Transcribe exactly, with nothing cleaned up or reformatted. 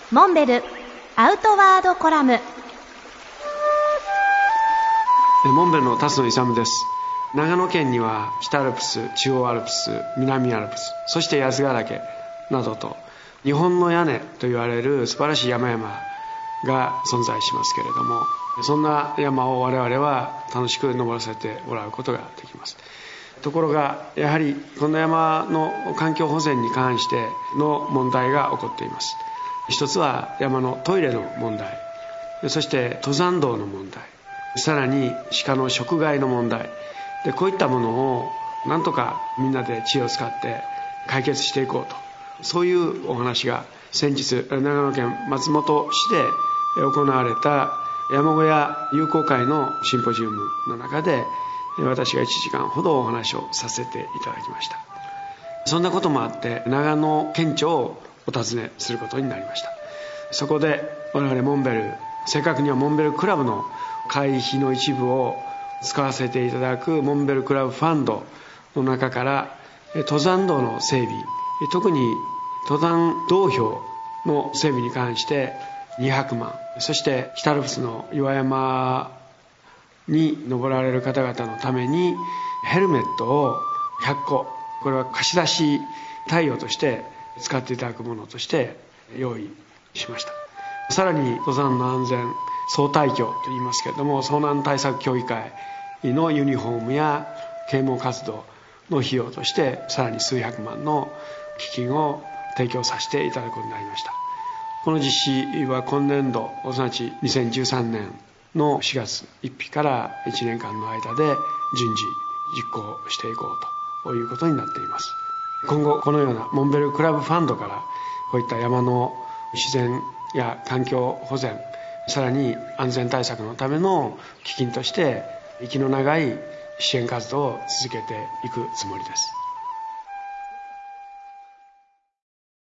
モンベルアウトワードコラム。 モンベルの辰野勇です。長野県には北アルプス、中央アルプス、南アルプス、そして八ヶ岳などと日本の屋根と言われる素晴らしい山々が存在しますけれども、そんな山を我々は楽しく登らせてもらうことができます。ところがやはりこの山の環境保全に関しての問題が起こっています。一つは山のトイレの問題、そして登山道の問題、さらに鹿の食害の問題で、こういったものをなんとかみんなで知恵を使って解決していこうと、そういうお話が先日長野県松本市で行われた山小屋友好会のシンポジウムの中で、私がいちじかんほどお話をさせていただきました。そんなこともあって長野県庁をお尋ねすることになりました。そこで我々モンベル、正確にはモンベルクラブの会費の一部を使わせていただくモンベルクラブファンドの中から登山道の整備、特に登山道標の整備に関してにひゃくまん、そして北アルプスの岩山に登られる方々のためにヘルメットをひゃっこ、これは貸し出し対応として使っていただくものとして用意しました。さらに登山の安全総体協といいますけれども、遭難対策協議会のユニフォームや啓蒙活動の費用としてさらに数百万の基金を提供させていただくことになりました。この実施は今年度、すなわちにせんじゅうさんねんのしがつついたちからいちねんかんの間で順次実行していこうということになっています。今後このようなモンベルクラブファンドからこういった山の自然や環境保全、さらに安全対策のための基金として息の長い支援活動を続けていくつもりです。